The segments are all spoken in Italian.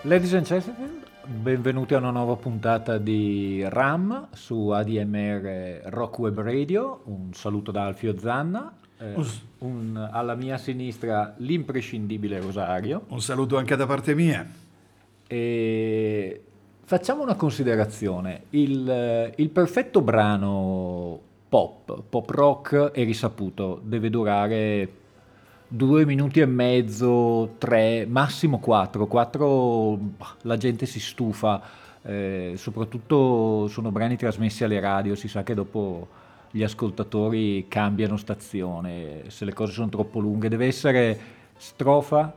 Ladies and gentlemen, benvenuti a una nuova puntata di RAM su ADMR Rock Web Radio. Un saluto da Alfio Zanna, alla mia sinistra l'imprescindibile Rosario. Un saluto anche da parte mia. E facciamo una considerazione. Il perfetto brano pop rock è risaputo, deve durare 2 minuti e mezzo, 3, massimo 4. 4 la gente si stufa, soprattutto sono brani trasmessi alle radio, si sa che dopo gli ascoltatori cambiano stazione, se le cose sono troppo lunghe. Deve essere strofa,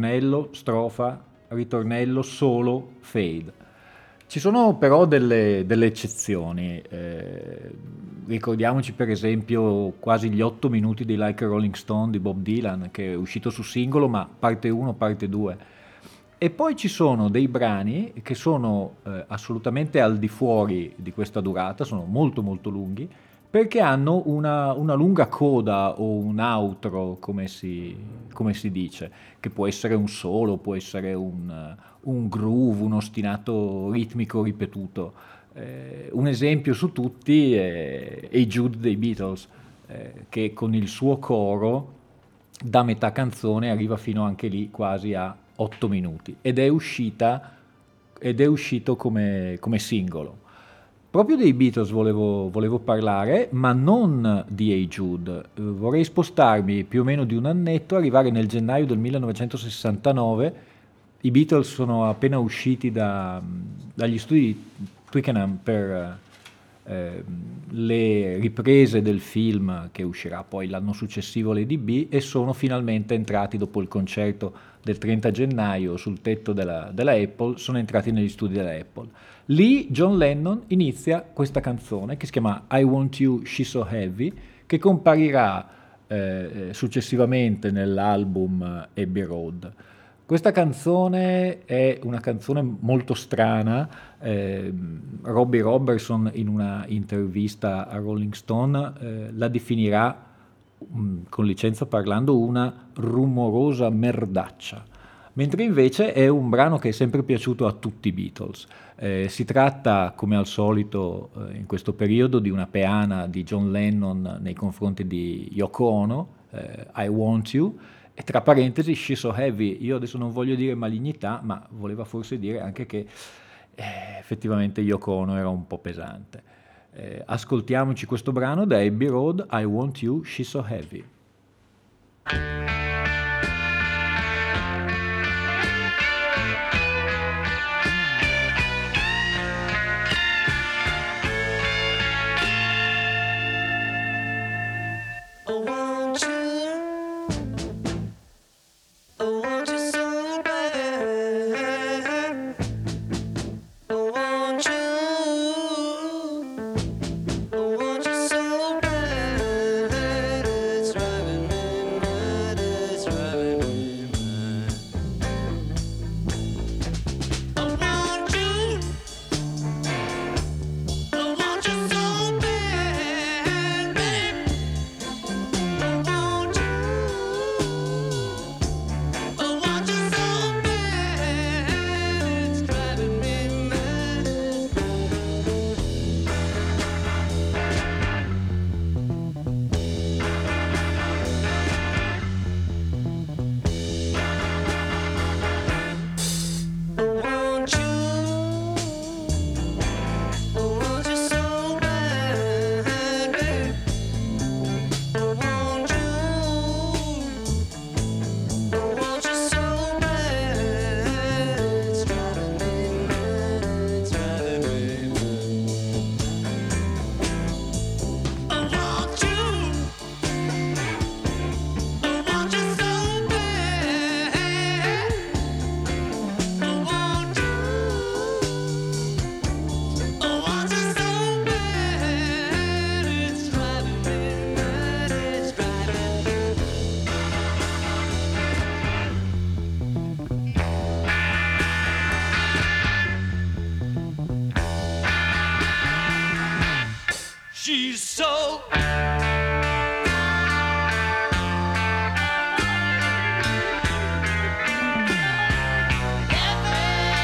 ritornello, solo, fade. Ci sono però delle eccezioni, ricordiamoci per esempio quasi gli 8 minuti di Like a Rolling Stone di Bob Dylan, che è uscito su singolo ma parte 1, parte 2. E poi ci sono dei brani che sono assolutamente al di fuori di questa durata, sono molto molto lunghi, perché hanno una lunga coda o un outro, come si dice, che può essere un solo, può essere un groove, un ostinato ritmico ripetuto. Un esempio su tutti è Hey Jude dei Beatles, che con il suo coro da metà canzone arriva fino anche lì quasi a 8 minuti ed è uscito come singolo. Proprio dei Beatles volevo parlare, ma non di Hey Jude. Vorrei spostarmi più o meno di un annetto, arrivare nel gennaio del 1969. I Beatles sono appena usciti dagli studi di Twickenham per le riprese del film che uscirà poi l'anno successivo Lady B, e sono finalmente entrati dopo il concerto del 30 gennaio sul tetto della Apple, sono entrati negli studi della Apple. Lì John Lennon inizia questa canzone che si chiama I Want You, She's So Heavy, che comparirà successivamente nell'album Abbey Road. Questa canzone è una canzone molto strana. Robbie Robertson in una intervista a Rolling Stone la definirà, con licenza parlando, una rumorosa merdaccia, mentre invece è un brano che è sempre piaciuto a tutti i Beatles. Si tratta, come al solito in questo periodo, di una peana di John Lennon nei confronti di Yoko Ono, I Want You, e tra parentesi She's So Heavy. Io adesso non voglio dire malignità, ma voleva forse dire anche che effettivamente Yoko Ono era un po' pesante. Ascoltiamoci questo brano da Abbey Road, I Want You, She's So Heavy. She's so heavy.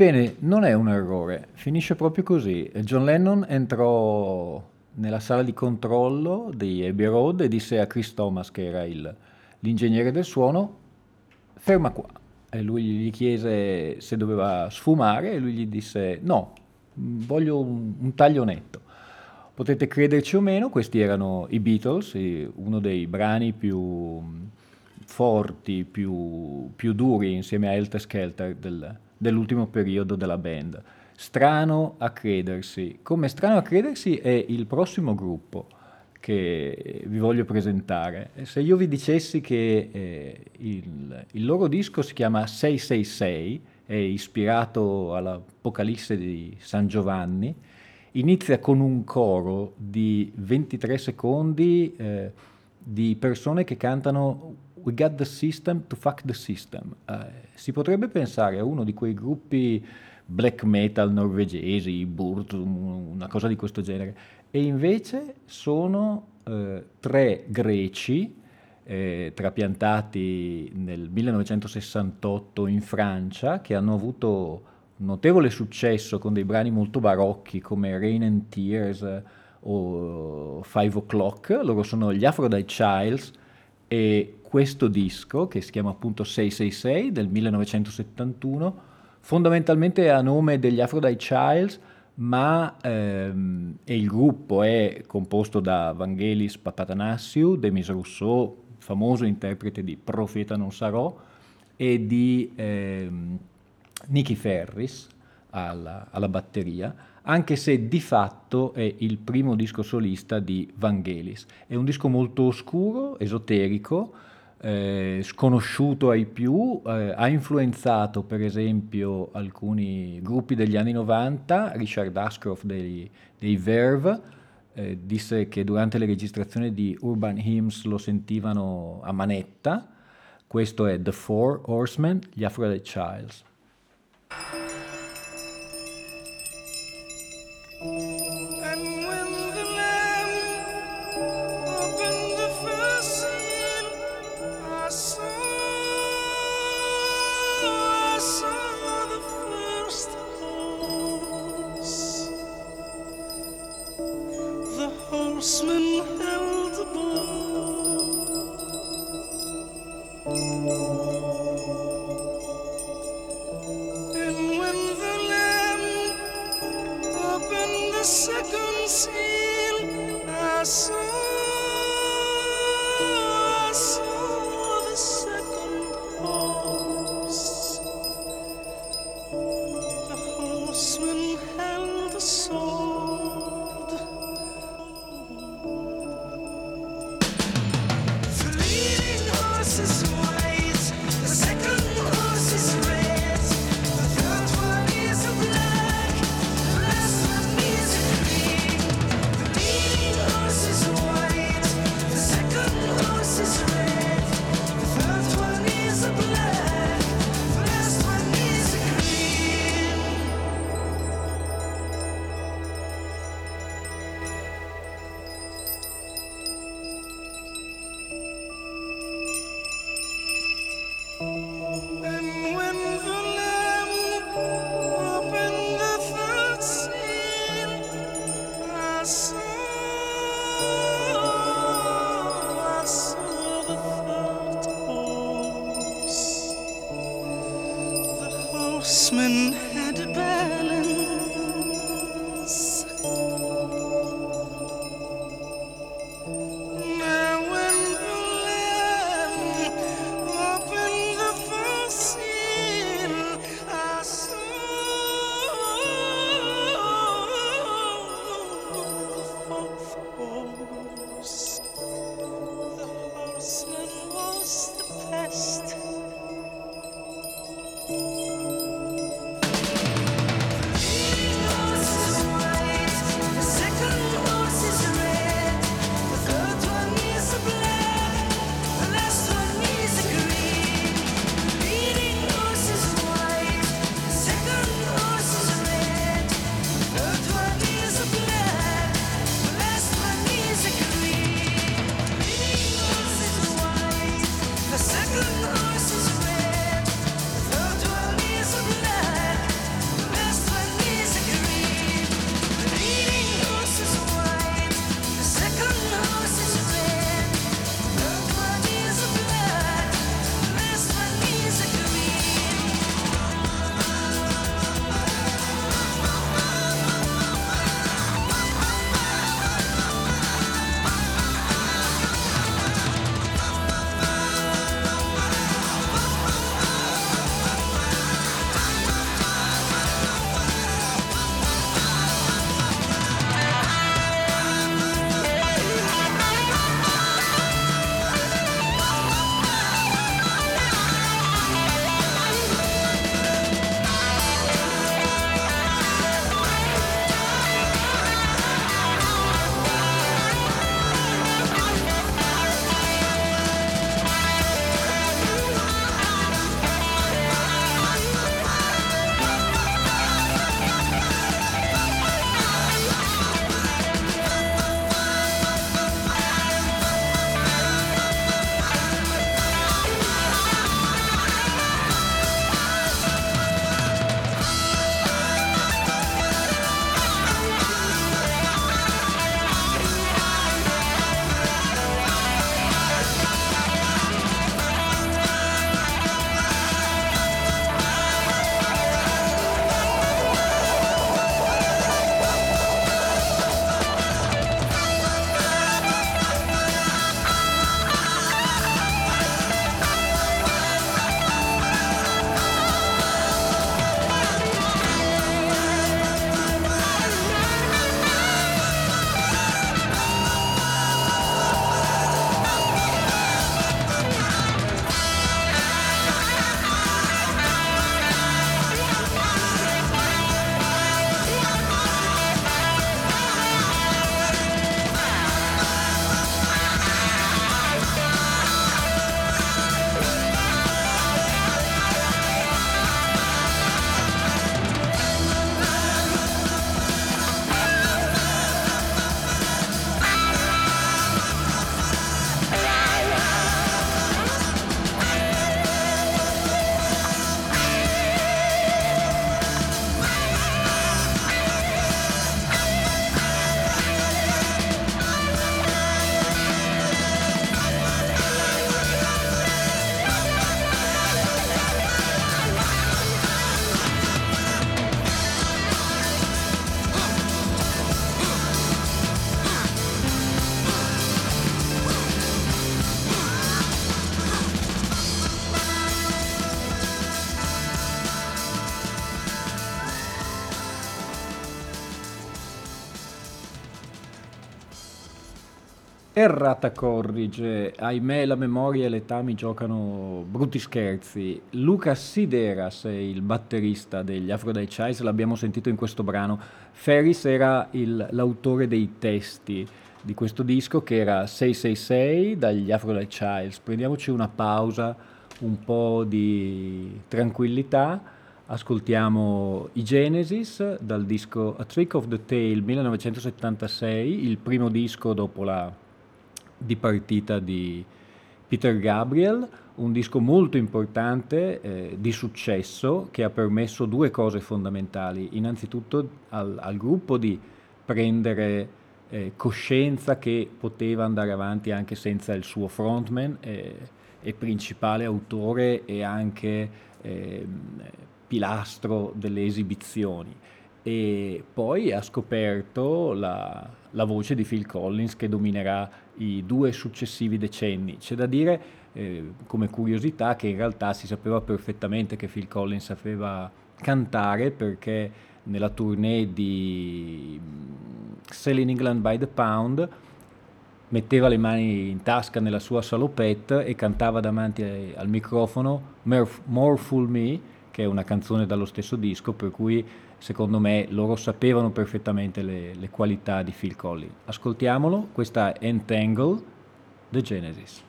Ebbene, non è un errore, finisce proprio così. John Lennon entrò nella sala di controllo di Abbey Road e disse a Chris Thomas, che era l'ingegnere del suono, ferma qua. E lui gli chiese se doveva sfumare e lui gli disse no, voglio un taglio netto. Potete crederci o meno, questi erano i Beatles, uno dei brani più forti, più duri insieme a Helter Skelter dell'ultimo periodo della band. Strano a credersi. Come strano a credersi è il prossimo gruppo che vi voglio presentare. Se io vi dicessi che il loro disco si chiama 666, è ispirato all'Apocalisse di San Giovanni, inizia con un coro di 23 secondi di persone che cantano We got the system to fuck the system. Si potrebbe pensare a uno di quei gruppi black metal norvegesi, Burzum, una cosa di questo genere, e invece sono tre greci trapiantati nel 1968 in Francia, che hanno avuto notevole successo con dei brani molto barocchi come Rain and Tears o Five O'Clock. Loro sono gli Aphrodite Childs e questo disco, che si chiama appunto 666 del 1971, fondamentalmente è a nome degli Aphrodite Childs, ma e il gruppo è composto da Vangelis Papathanassiou, Demis Rousseau, famoso interprete di Profeta non sarò, e di Nicky Ferris alla batteria, anche se di fatto è il primo disco solista di Vangelis. È un disco molto oscuro, esoterico, sconosciuto ai più, ha influenzato per esempio alcuni gruppi degli anni 90, Richard Ashcroft dei Verve, disse che durante le registrazioni di Urban Hymns lo sentivano a manetta. Questo è The Four Horsemen, gli Aphrodite Childs. Errata corrige, ahimè la memoria e l'età mi giocano brutti scherzi. Lucas Sideras è il batterista degli Aphrodite Child, l'abbiamo sentito in questo brano. Ferris era l'autore dei testi di questo disco che era 666 dagli Aphrodite Child. Prendiamoci una pausa, un po' di tranquillità, ascoltiamo i Genesis dal disco A Trick of the Tail 1976, il primo disco dopo la dipartita di Peter Gabriel, un disco molto importante, di successo, che ha permesso due cose fondamentali. Innanzitutto al gruppo di prendere coscienza che poteva andare avanti anche senza il suo frontman e principale autore e anche pilastro delle esibizioni. E poi ha scoperto la voce di Phil Collins che dominerà i due successivi decenni. C'è da dire, come curiosità, che in realtà si sapeva perfettamente che Phil Collins sapeva cantare, perché nella tournée di Selling England by the Pound metteva le mani in tasca nella sua salopette e cantava davanti al microfono More Fool Me, che è una canzone dallo stesso disco, per cui secondo me loro sapevano perfettamente le qualità di Phil Collins. Ascoltiamolo, questa è Entangle, The Genesis.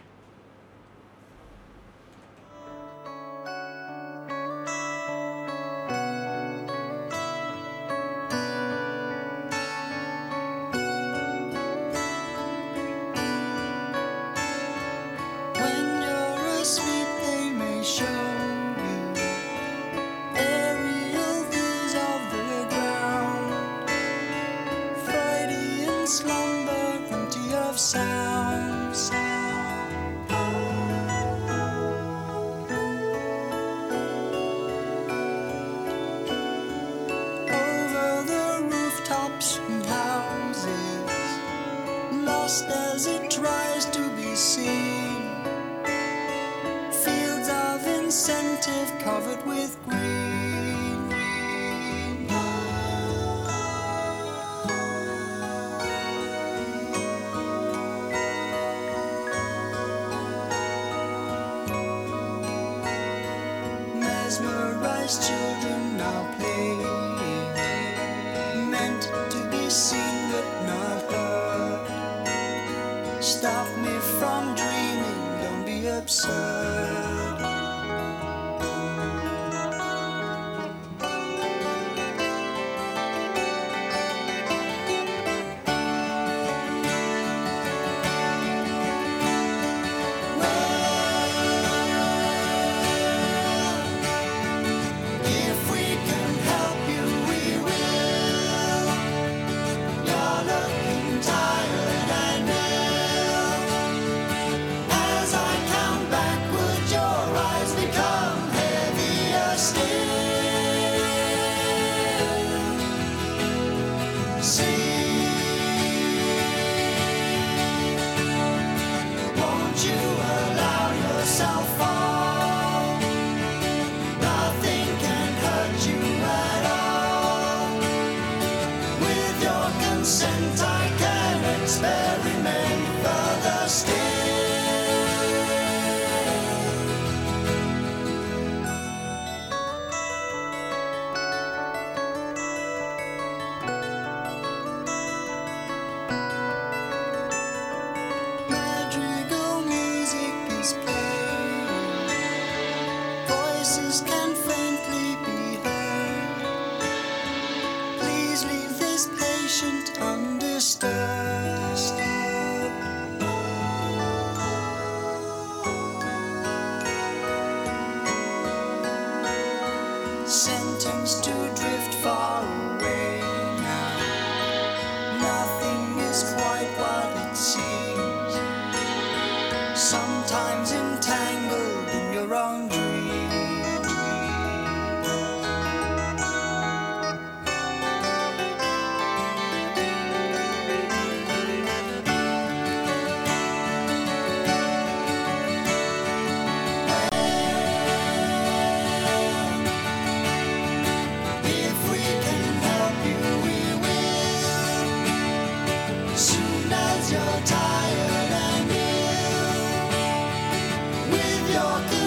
Soon as you're tired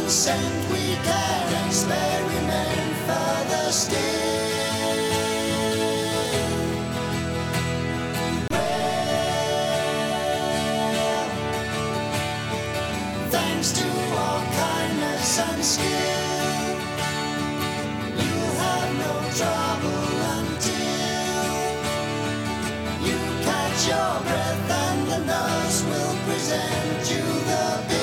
consent we can experiment further still. Well, thanks to our kindness and skill, you'll have no trouble until you catch your breath and the nurse will present you the bill.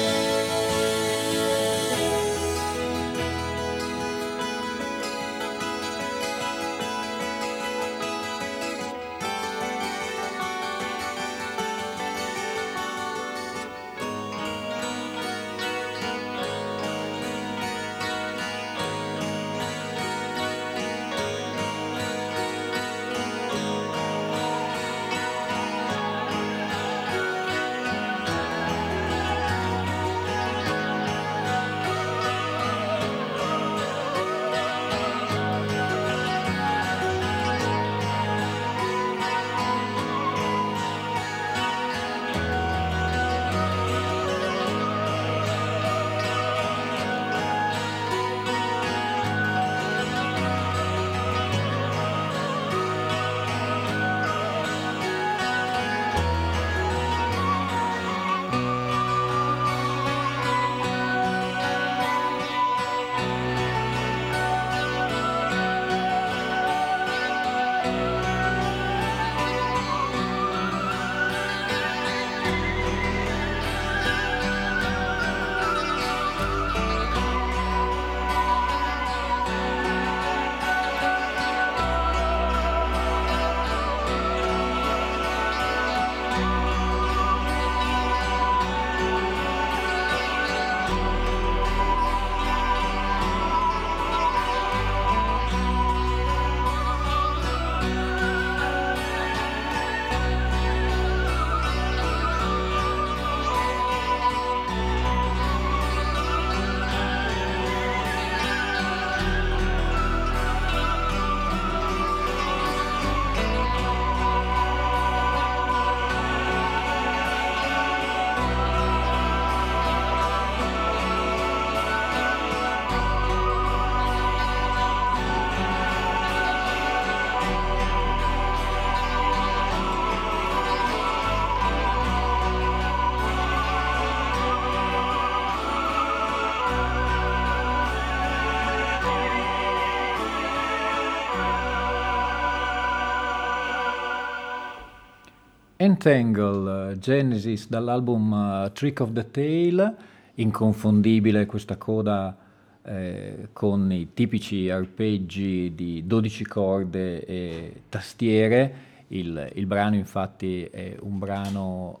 Entangle, Genesis dall'album Trick of the Tail, inconfondibile questa coda con i tipici arpeggi di 12 corde e tastiere. Il brano infatti è un brano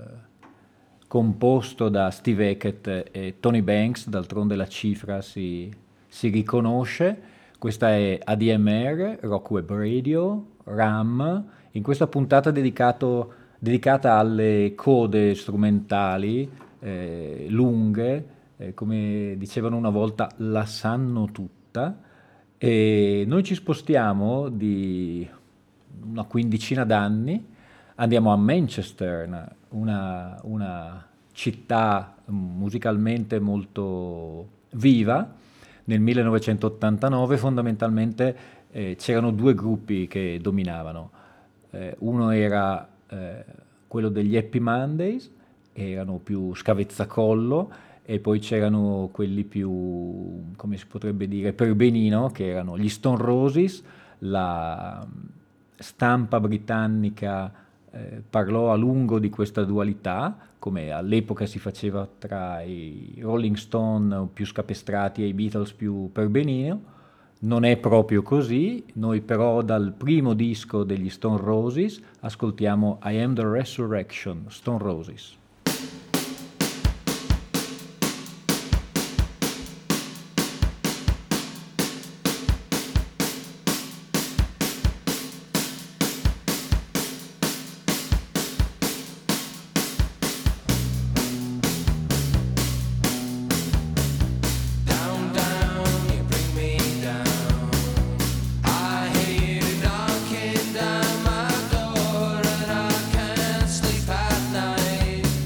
composto da Steve Hackett e Tony Banks, d'altronde la cifra si riconosce. Questa è ADMR, Rock Web Radio, RAM. In questa puntata dedicata alle code strumentali lunghe, come dicevano una volta, la sanno tutta, e noi ci spostiamo di una quindicina d'anni, andiamo a Manchester, una città musicalmente molto viva. Nel 1989 fondamentalmente c'erano due gruppi che dominavano. Uno era quello degli Happy Mondays, erano più scavezzacollo, e poi c'erano quelli più, come si potrebbe dire, per benino, che erano gli Stone Roses. La stampa britannica parlò a lungo di questa dualità, come all'epoca si faceva tra i Rolling Stone più scapestrati e i Beatles più per benino. Non è proprio così. Noi però dal primo disco degli Stone Roses ascoltiamo I Am the Resurrection, Stone Roses. Knocking down my door and I can't sleep at night.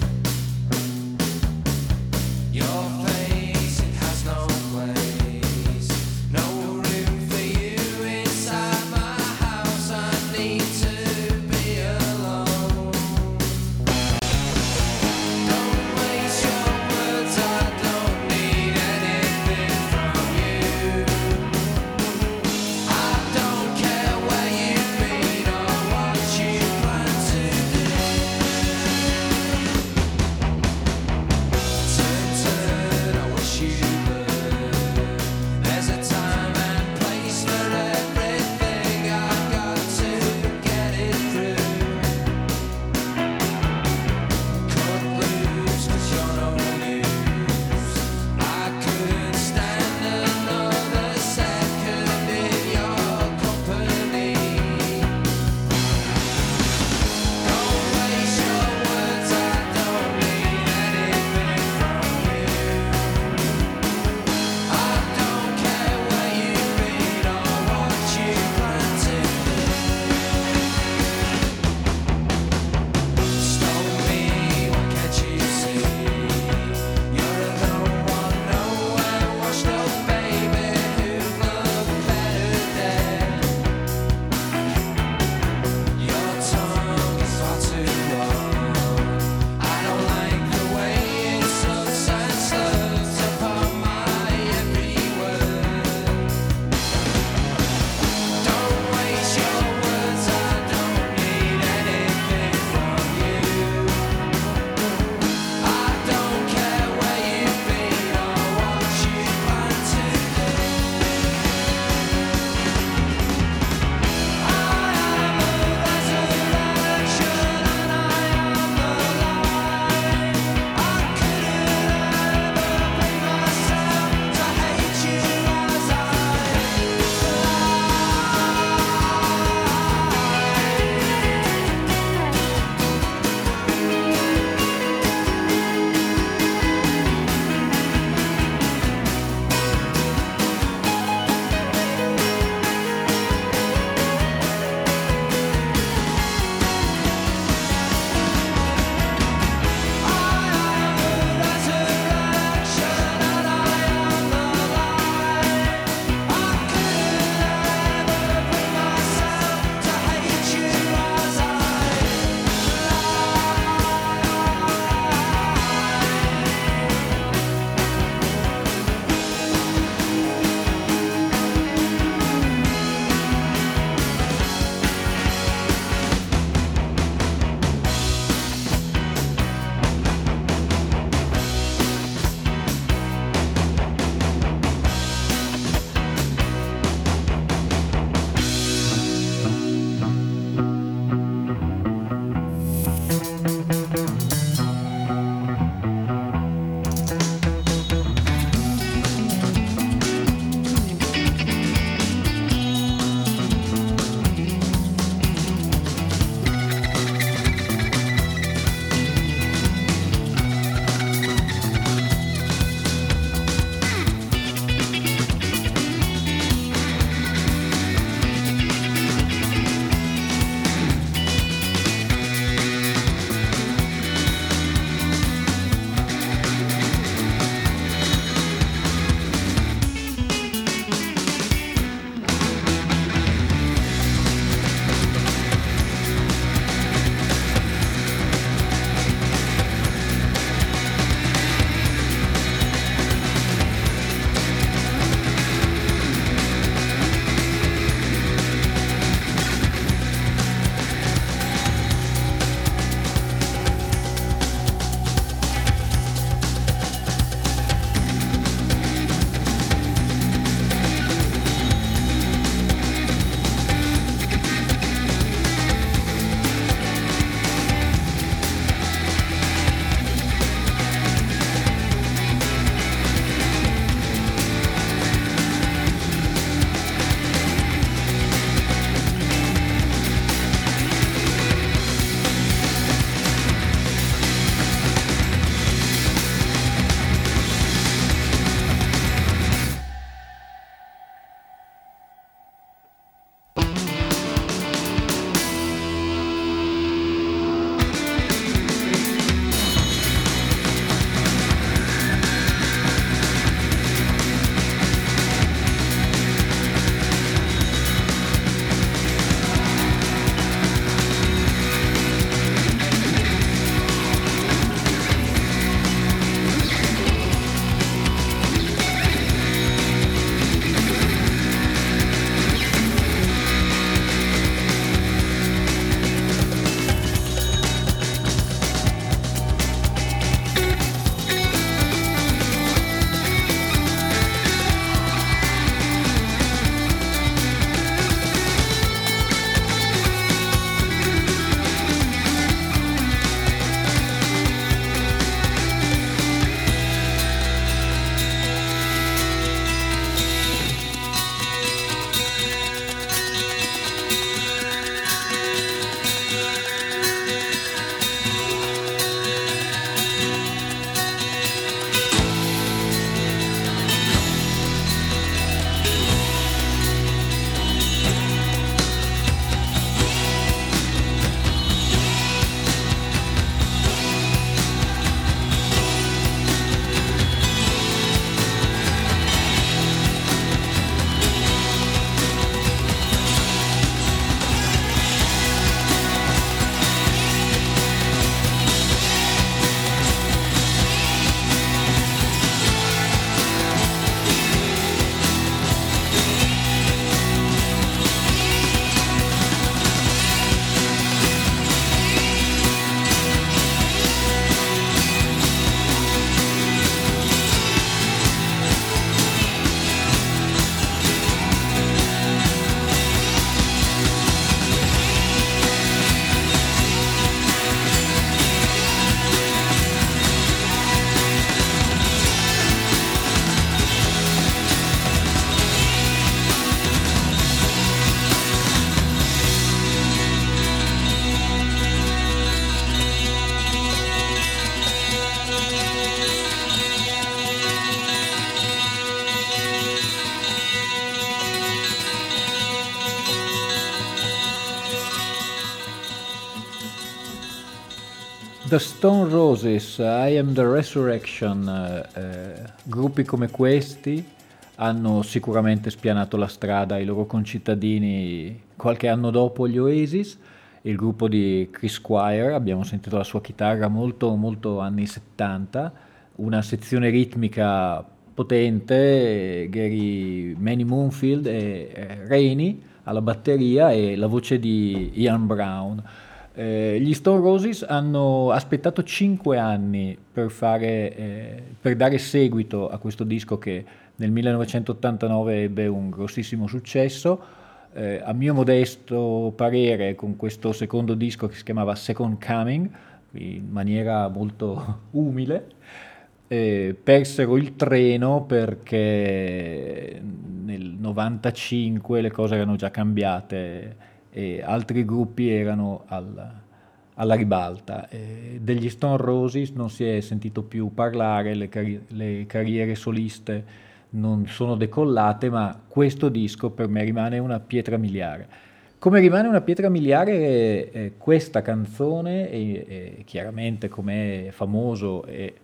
The Stone Roses, I Am the Resurrection, gruppi come questi hanno sicuramente spianato la strada ai loro concittadini qualche anno dopo gli Oasis. Il gruppo di Chris Squire, abbiamo sentito la sua chitarra molto molto anni 70, una sezione ritmica potente, Gary Manny Moonfield e Rainey alla batteria e la voce di Ian Brown. Gli Stone Roses hanno aspettato 5 anni per dare seguito a questo disco che nel 1989 ebbe un grossissimo successo. A mio modesto parere, con questo secondo disco che si chiamava Second Coming, in maniera molto umile, persero il treno perché nel 95 le cose erano già cambiate e altri gruppi erano alla ribalta. Degli Stone Roses non si è sentito più parlare, le carriere soliste non sono decollate, ma questo disco per me rimane una pietra miliare. Come rimane una pietra miliare questa canzone e chiaramente com'è famoso e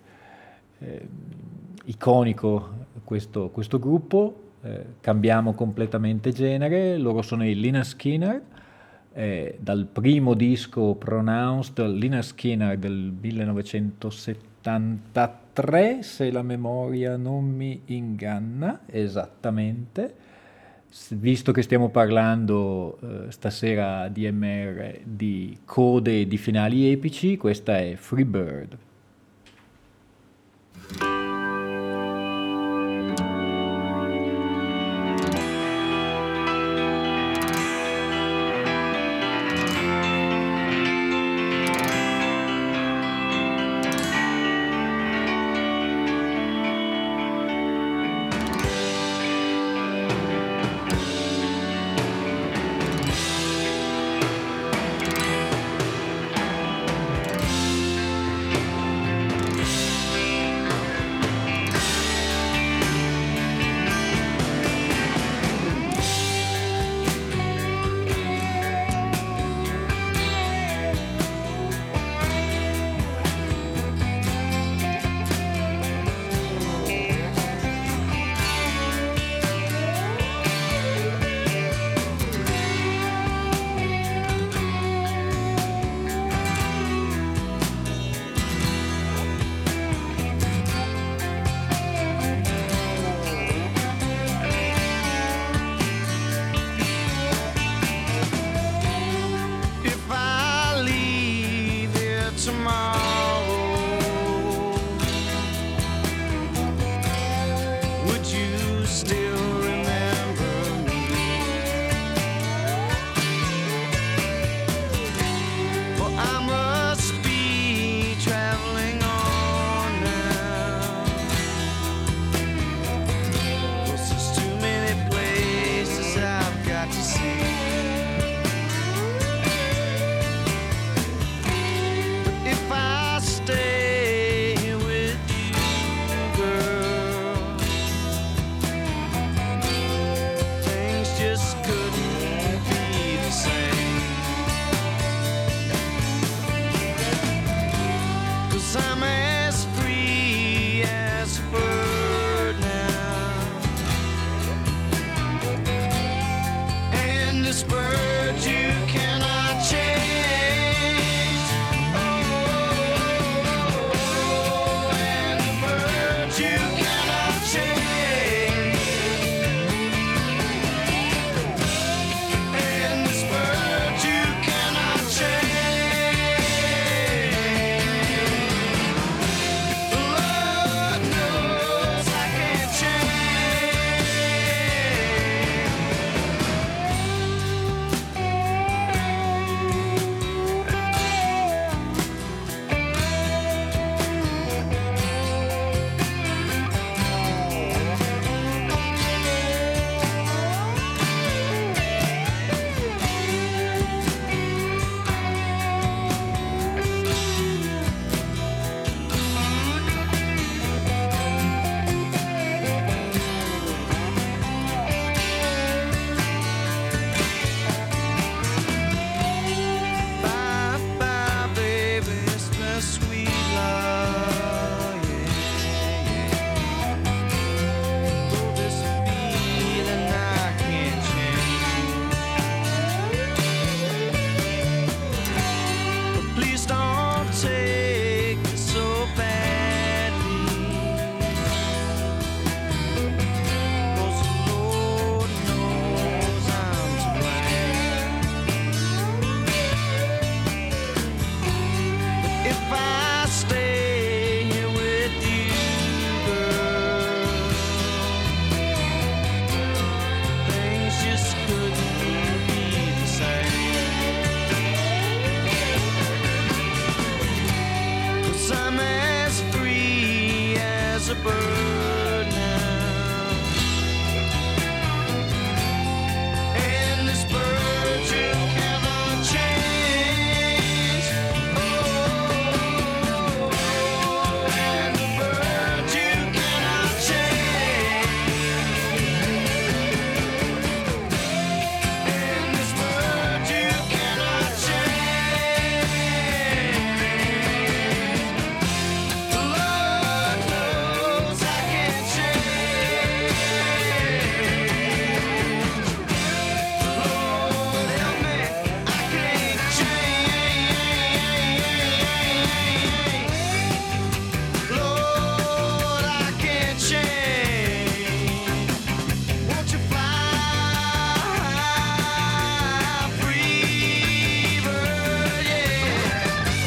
iconico questo gruppo. Cambiamo completamente genere, loro sono i Lynyrd Skynyrd, dal primo disco Pronounced, Lynyrd Skynyrd del 1973, se la memoria non mi inganna, esattamente. Visto che stiamo parlando stasera a DMR di code e di finali epici, questa è Free Bird. bird now. And this bird you cannot change. Oh, and the bird you cannot change. And this bird you cannot change. Lord knows I can't change. Lord help me, I can't change. Lord, I can't change. Won't you fly free, bird? Yeah.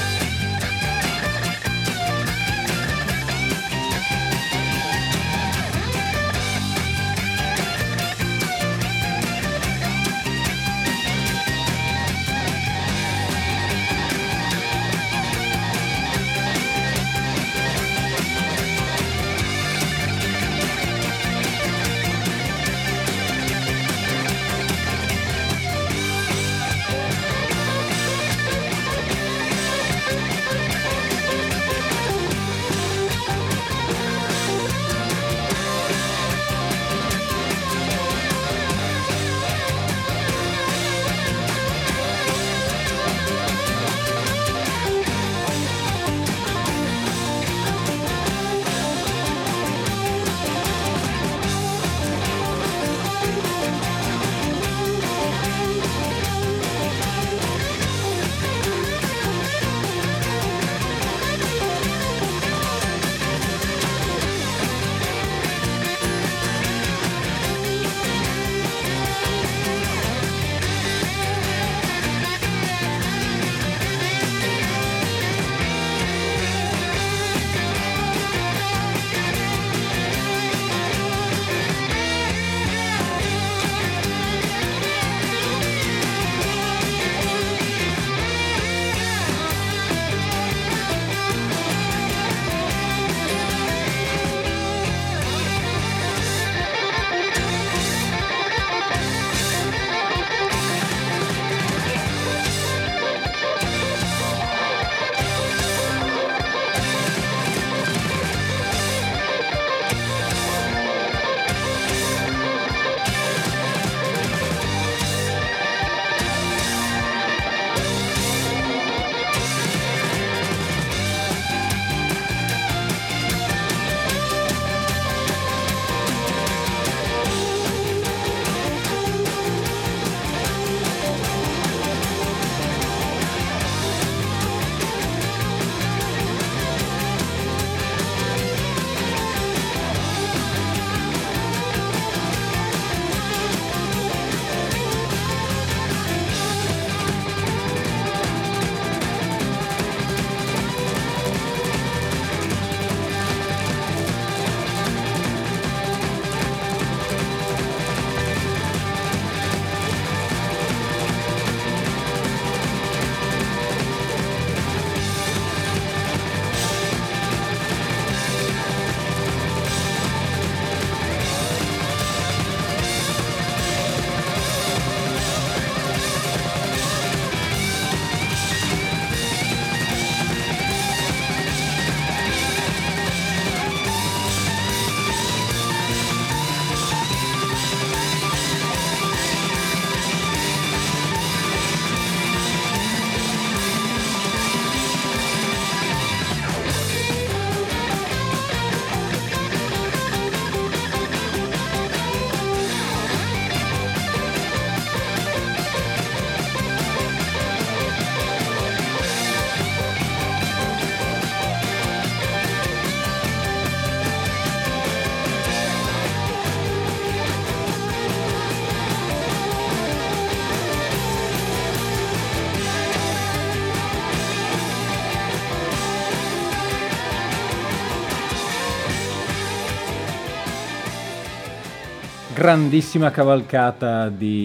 grandissima cavalcata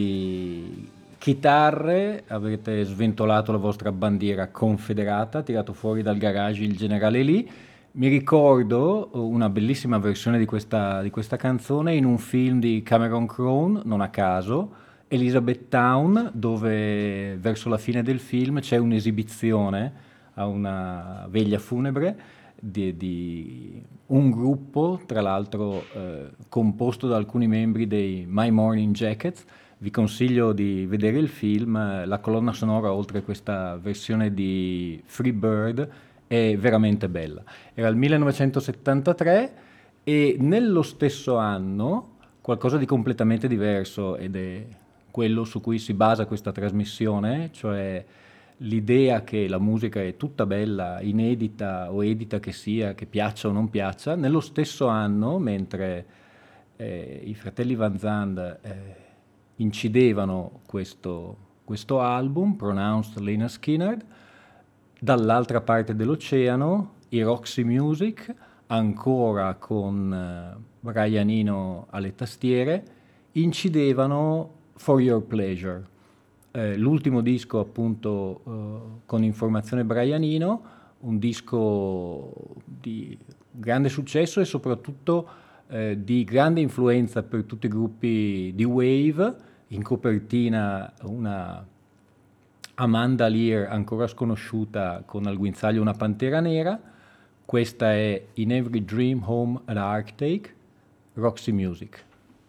di chitarre, avrete sventolato la vostra bandiera confederata, tirato fuori dal garage il generale Lee, Mi ricordo una bellissima versione di questa canzone in un film di Cameron Crowe, non a caso, Elizabethtown, dove verso la fine del film c'è un'esibizione a una veglia funebre di un gruppo, tra l'altro composto da alcuni membri dei My Morning Jackets. Vi consiglio di vedere il film, la colonna sonora, oltre a questa versione di Free Bird, è veramente bella. Era il 1973 e nello stesso anno qualcosa di completamente diverso, ed è quello su cui si basa questa trasmissione, cioè l'idea che la musica è tutta bella, inedita o edita che sia, che piaccia o non piaccia. Nello stesso anno, mentre i fratelli Van Zandt incidevano questo album, Pronounced Lynyrd Skynyrd, dall'altra parte dell'oceano i Roxy Music, ancora con Brian Eno alle tastiere, incidevano For Your Pleasure, l'ultimo disco appunto con informazione Brian Eno, un disco di grande successo e soprattutto di grande influenza per tutti i gruppi di wave. In copertina una Amanda Lear ancora sconosciuta con al guinzaglio una pantera nera. Questa è In Every Dream Home at Arctic, Roxy Music.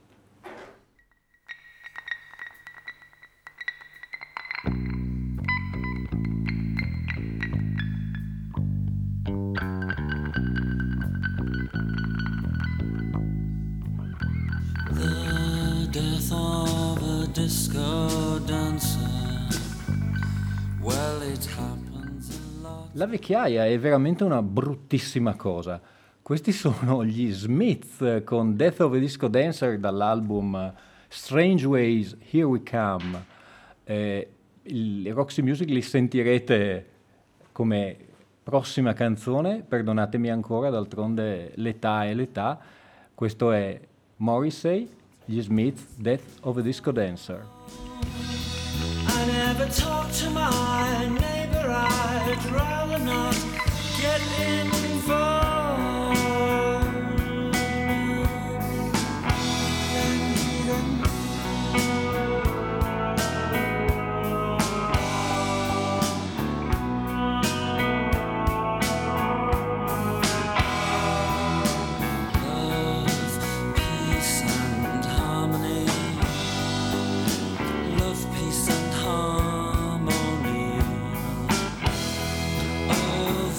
The death of a disco dancer. Well, it happens a lot. La vecchiaia è veramente una bruttissima cosa. Questi sono gli Smiths con Death of a Disco Dancer dall'album Strange Ways, Here We Come. I Roxy Music li sentirete come prossima canzone, perdonatemi ancora, d'altronde l'età è l'età. Questo è Morrissey, gli Smiths, Death of a Disco Dancer. I never talk to my neighbor, I'd rather not get involved. Love, peace and harmony. Love, peace and harmony. Of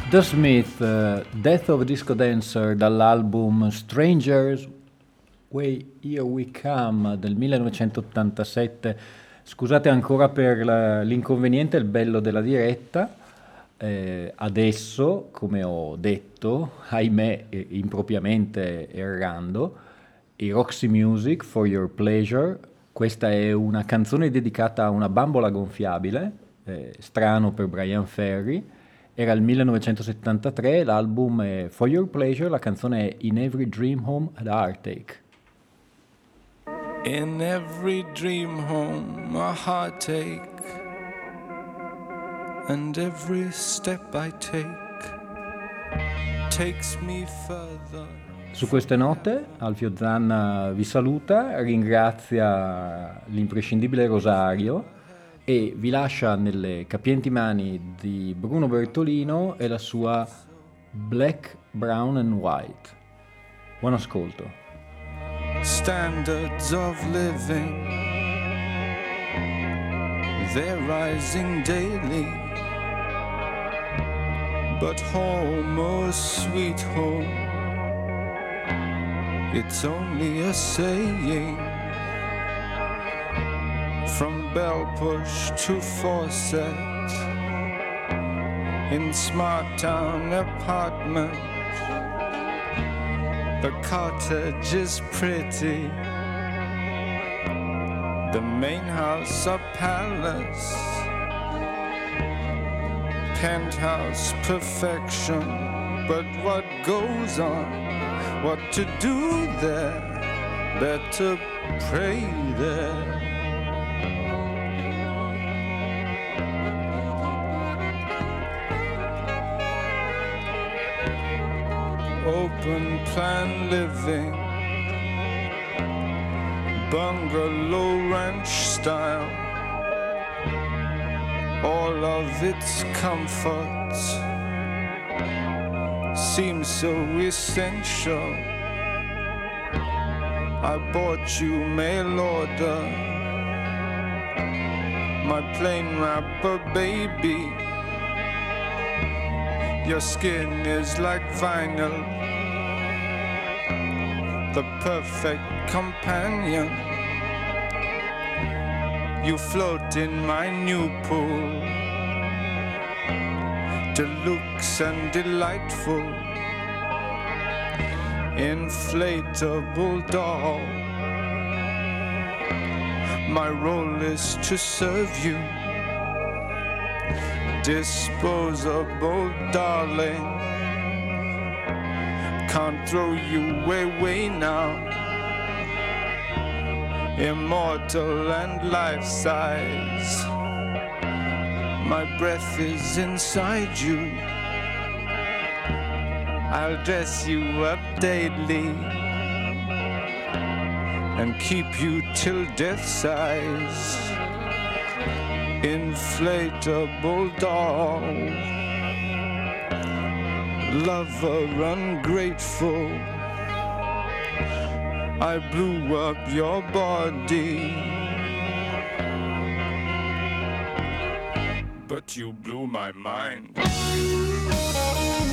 The Smith, Death of a Disco Dancer dall'album Strangers Way Here We Come del 1987. Scusate ancora per l'inconveniente, il bello della diretta. Adesso, come ho detto, ahimè, impropriamente errando, i Roxy Music For Your Pleasure. Questa è una canzone dedicata a una bambola gonfiabile, strano per Brian Ferry. Era il 1973, l'album è For Your Pleasure, la canzone è In Every Dream Home at Heartache. In every dream home, a heartache, and every step I take takes me further. Su queste note, Alfio Zanna vi saluta, ringrazia l'imprescindibile Rosario e vi lascia nelle capienti mani di Bruno Bertolino e la sua Black, Brown and White. Buon ascolto. Standards of living, they're rising daily, but home, oh sweet home, it's only a saying. From bell push to faucet, in smart town apartment, the cottage is pretty, the main house a palace, penthouse perfection. But what goes on, what to do there, better pray there. Open plan living, bungalow ranch style, all of its comforts seem so essential. I bought you mail order, my plain wrapper baby. Your skin is like vinyl, the perfect companion. You float in my new pool, deluxe and delightful, inflatable doll. My role is to serve you, disposable darling. Can't throw you away now, immortal and life-size. My breath is inside you, I'll dress you up daily and keep you till death size. Inflatable doll, lover ungrateful, I blew up your body, but you blew my mind.